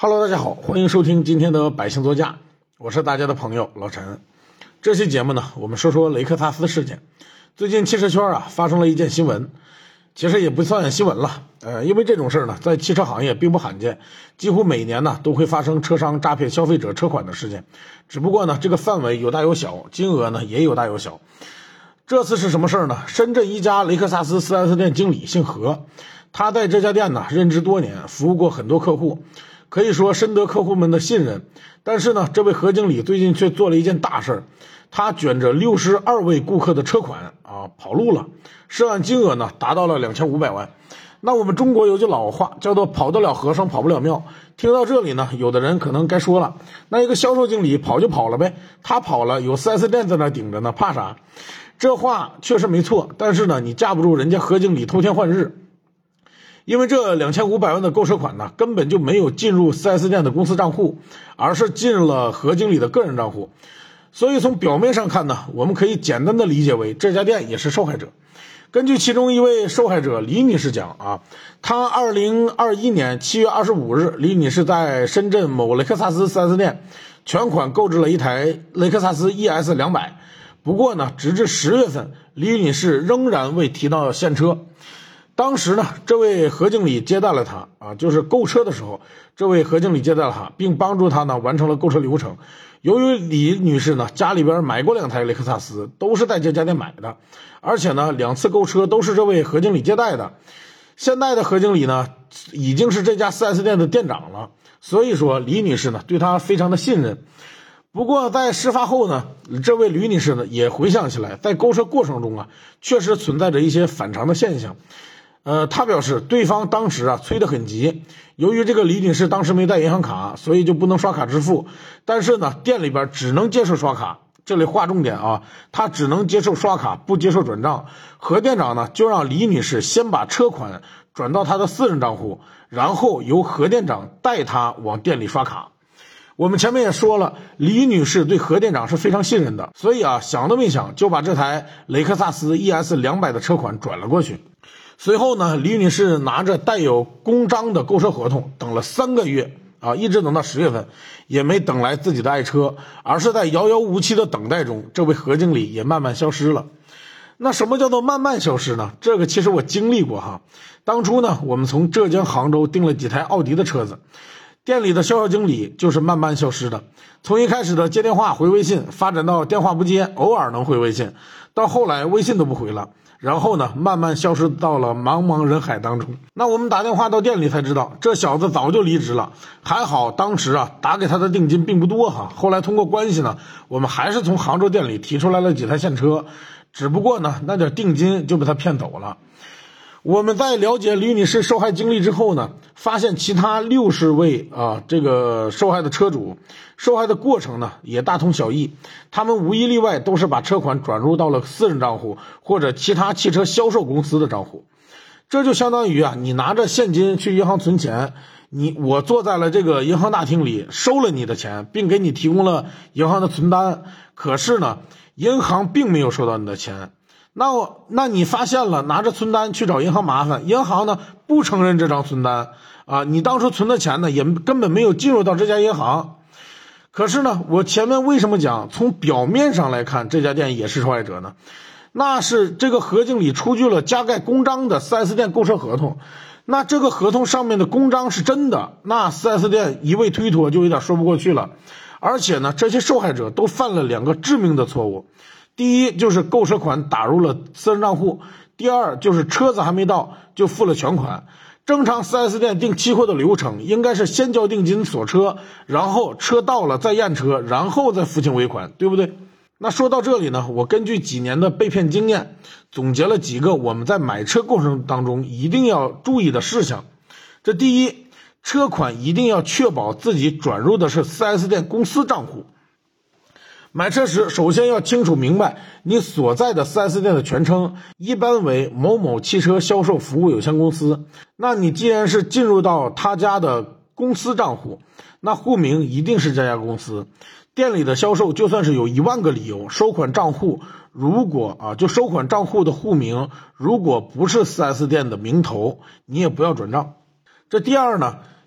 Hello， 大家好，欢迎收听今天的百姓座驾，我是大家的朋友老陈。这期节目呢，我们说说雷克萨斯事件。最近汽车圈发生了一件新闻，其实也不算新闻了，因为这种事呢，在汽车行业并不罕见，几乎每年呢都会发生车商诈骗消费者车款的事件。只不过呢，这个范围有大有小，金额呢也有大有小。这次是什么事呢？深圳一家雷克萨斯 4S 店经理姓何，他在这家店呢任职多年，服务过很多客户，可以说深得客户们的信任。但是呢，这位何经理最近却做了一件大事，他卷着62位顾客的车款跑路了，涉案金额呢达到了2500万。那我们中国有句老话叫做跑得了和尚跑不了庙。听到这里呢，有的人可能该说了，那一个销售经理跑就跑了呗，他跑了有 4S 店在那顶着呢，怕啥？这话确实没错，但是呢，你架不住人家何经理偷天换日。因为这2500万的购车款呢，根本就没有进入 4S 店的公司账户，而是进了何经理的个人账户。所以从表面上看呢，我们可以简单的理解为这家店也是受害者。根据其中一位受害者李女士讲她2021年7月25日，李女士在深圳某雷克萨斯 4S 店全款购置了一台雷克萨斯 ES200。不过呢，直至10月份，李女士仍然未提到现车。当时呢，这位何经理接待了她就是购车的时候，这位何经理接待了她，并帮助她呢完成了购车流程。由于李女士呢家里边买过2台雷克萨斯，都是在这家店买的，而且呢2次购车都是这位何经理接待的。现在的何经理呢已经是这家 4S 店的店长了，所以说李女士呢对他非常的信任。不过在事发后呢，这位吕女士呢也回想起来，在购车过程中确实存在着一些反常的现象。她表示对方当时催得很急，由于这个李女士当时没带银行卡，所以就不能刷卡支付，但是呢店里边只能接受刷卡。这里划重点他只能接受刷卡，不接受转账。何店长呢就让李女士先把车款转到他的私人账户，然后由何店长带他往店里刷卡。我们前面也说了，李女士对何店长是非常信任的，所以想都没想就把这台雷克萨斯 ES200 的车款转了过去。随后呢，李女士拿着带有公章的购车合同等了3个月一直等到10月份，也没等来自己的爱车，而是在遥遥无期的等待中，这位何经理也慢慢消失了。那什么叫做慢慢消失呢？这个其实我经历过当初呢，我们从浙江杭州订了几台奥迪的车子，店里的销售经理就是慢慢消失的。从一开始的接电话回微信，发展到电话不接，偶尔能回微信，到后来微信都不回了，然后呢慢慢消失到了茫茫人海当中。那我们打电话到店里才知道，这小子早就离职了。还好当时打给他的定金并不多后来通过关系呢，我们还是从杭州店里提出来了几台现车，只不过呢那点定金就被他骗走了。我们在了解李女士受害经历之后呢，发现其他60位这个受害的车主受害的过程呢也大同小异，他们无一例外都是把车款转入到了私人账户或者其他汽车销售公司的账户。这就相当于你拿着现金去银行存钱，我坐在了这个银行大厅里收了你的钱，并给你提供了银行的存单，可是呢银行并没有收到你的钱。那你发现了，拿着存单去找银行麻烦，银行呢不承认这张存单你当初存的钱呢也根本没有进入到这家银行。可是呢，我前面为什么讲从表面上来看这家店也是受害者呢？那是这个何经理出具了加盖公章的 4S 店购车合同，那这个合同上面的公章是真的，那 4S 店一味推脱就有点说不过去了。而且呢，这些受害者都犯了2个致命的错误。第一就是购车款打入了私人账户，第二就是车子还没到就付了全款。正常 4S 店订期货的流程应该是先交定金锁车，然后车到了再验车，然后再付清尾款，对不对？那说到这里呢，我根据几年的被骗经验，总结了几个我们在买车过程当中一定要注意的事项。这第一，车款一定要确保自己转入的是 4S 店公司账户。买车时首先要清楚明白你所在的 4S 店的全称，一般为某某汽车销售服务有限公司。那你既然是进入到他家的公司账户，那户名一定是这家公司。店里的销售就算是有1万个理由，收款账户如果就收款账户的户名如果不是 4S 店的名头，你也不要转账。这第二呢，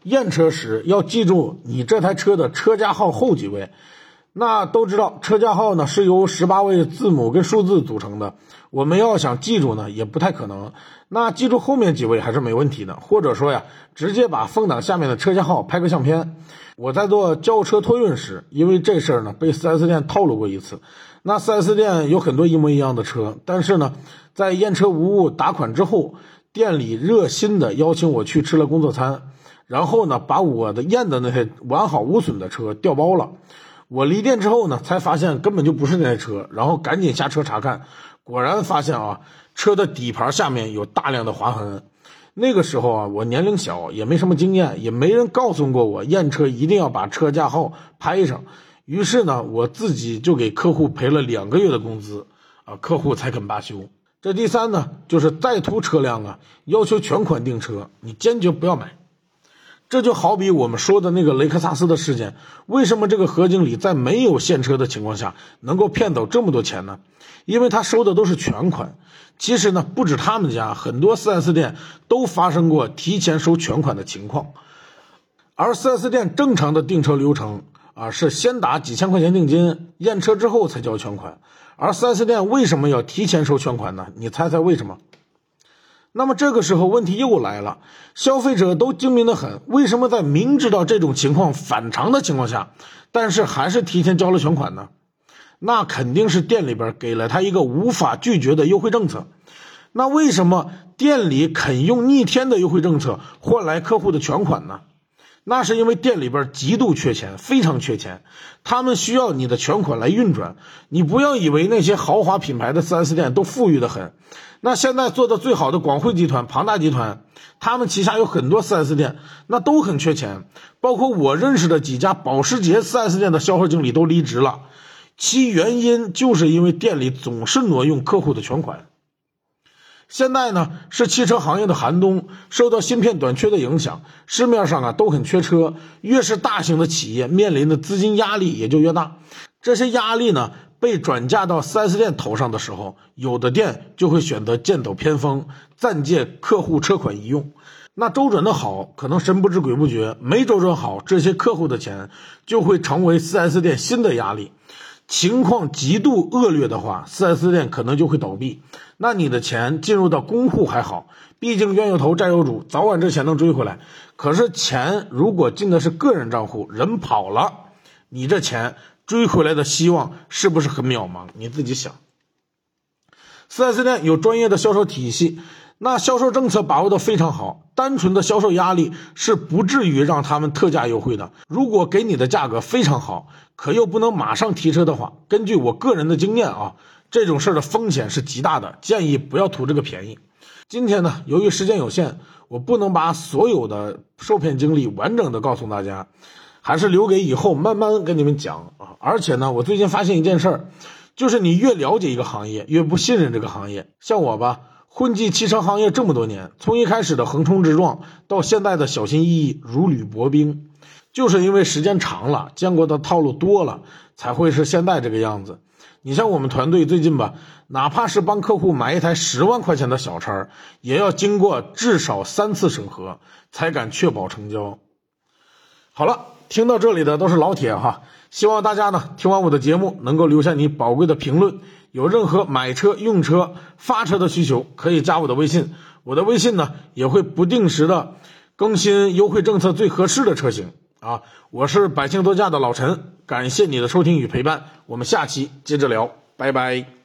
验车时要记住你这台车的车架号后几位。那都知道车架号呢是由18位字母跟数字组成的，我们要想记住呢也不太可能，那记住后面几位还是没问题的，或者说呀直接把风挡下面的车架号拍个相片。我在做轿车托运时，因为这事儿呢被 4S 店套路过一次。那 4S 店有很多一模一样的车，但是呢在验车无误打款之后，店里热心的邀请我去吃了工作餐，然后呢把我的验的那台完好无损的车调包了。我离店之后呢才发现根本就不是那台车，然后赶紧下车查看，果然发现车的底盘下面有大量的划痕。那个时候我年龄小，也没什么经验，也没人告诉过我验车一定要把车架号拍上，于是呢我自己就给客户赔了2个月的工资客户才肯罢休。这第三呢就是在途车辆要求全款订车，你坚决不要买。这就好比我们说的那个雷克萨斯的事件，为什么这个何经理在没有现车的情况下能够骗走这么多钱呢？因为他收的都是全款。其实呢不止他们家，很多 4S 店都发生过提前收全款的情况。而 4S 店正常的订车流程是先打几千块钱定金，验车之后才交全款。而 4S 店为什么要提前收全款呢？你猜猜为什么？那么这个时候问题又来了，消费者都精明得很，为什么在明知道这种情况反常的情况下，但是还是提前交了全款呢？那肯定是店里边给了他一个无法拒绝的优惠政策。那为什么店里肯用逆天的优惠政策换来客户的全款呢？那是因为店里边极度缺钱，非常缺钱，他们需要你的全款来运转。你不要以为那些豪华品牌的 4S 店都富裕得很，那现在做的最好的广汇集团、庞大集团，他们旗下有很多 4S 店，那都很缺钱。包括我认识的几家保时捷 4S 店的销售经理都离职了，其原因就是因为店里总是挪用客户的全款。现在呢是汽车行业的寒冬，受到芯片短缺的影响，市面上都很缺车，越是大型的企业面临的资金压力也就越大。这些压力呢被转嫁到 4S 店头上的时候，有的店就会选择剑走偏锋，暂借客户车款一用。那周转的好，可能神不知鬼不觉，没周转好，这些客户的钱就会成为 4S 店新的压力。情况极度恶劣的话， 4S 店可能就会倒闭。那你的钱进入到公户还好，毕竟冤有头债有主，早晚这钱能追回来。可是钱如果进的是个人账户，人跑了，你这钱追回来的希望是不是很渺茫？你自己想。4S 店有专业的销售体系，那销售政策把握的非常好，单纯的销售压力是不至于让他们特价优惠的。如果给你的价格非常好，可又不能马上提车的话，根据我个人的经验这种事的风险是极大的，建议不要图这个便宜。今天呢，由于时间有限，我不能把所有的受骗经历完整的告诉大家，还是留给以后慢慢跟你们讲而且呢，我最近发现一件事儿，就是你越了解一个行业，越不信任这个行业。像我吧，混迹汽车行业这么多年，从一开始的横冲直撞到现在的小心翼翼，如履薄冰，就是因为时间长了，见过的套路多了，才会是现在这个样子。你像我们团队最近吧，哪怕是帮客户买一台10万块钱的小车，也要经过至少3次审核才敢确保成交。好了，听到这里的都是老铁希望大家呢听完我的节目能够留下你宝贵的评论，有任何买车、用车、发车的需求，可以加我的微信。我的微信呢也会不定时的更新优惠政策最合适的车型我是百姓多驾的老陈，感谢你的收听与陪伴，我们下期接着聊，拜拜。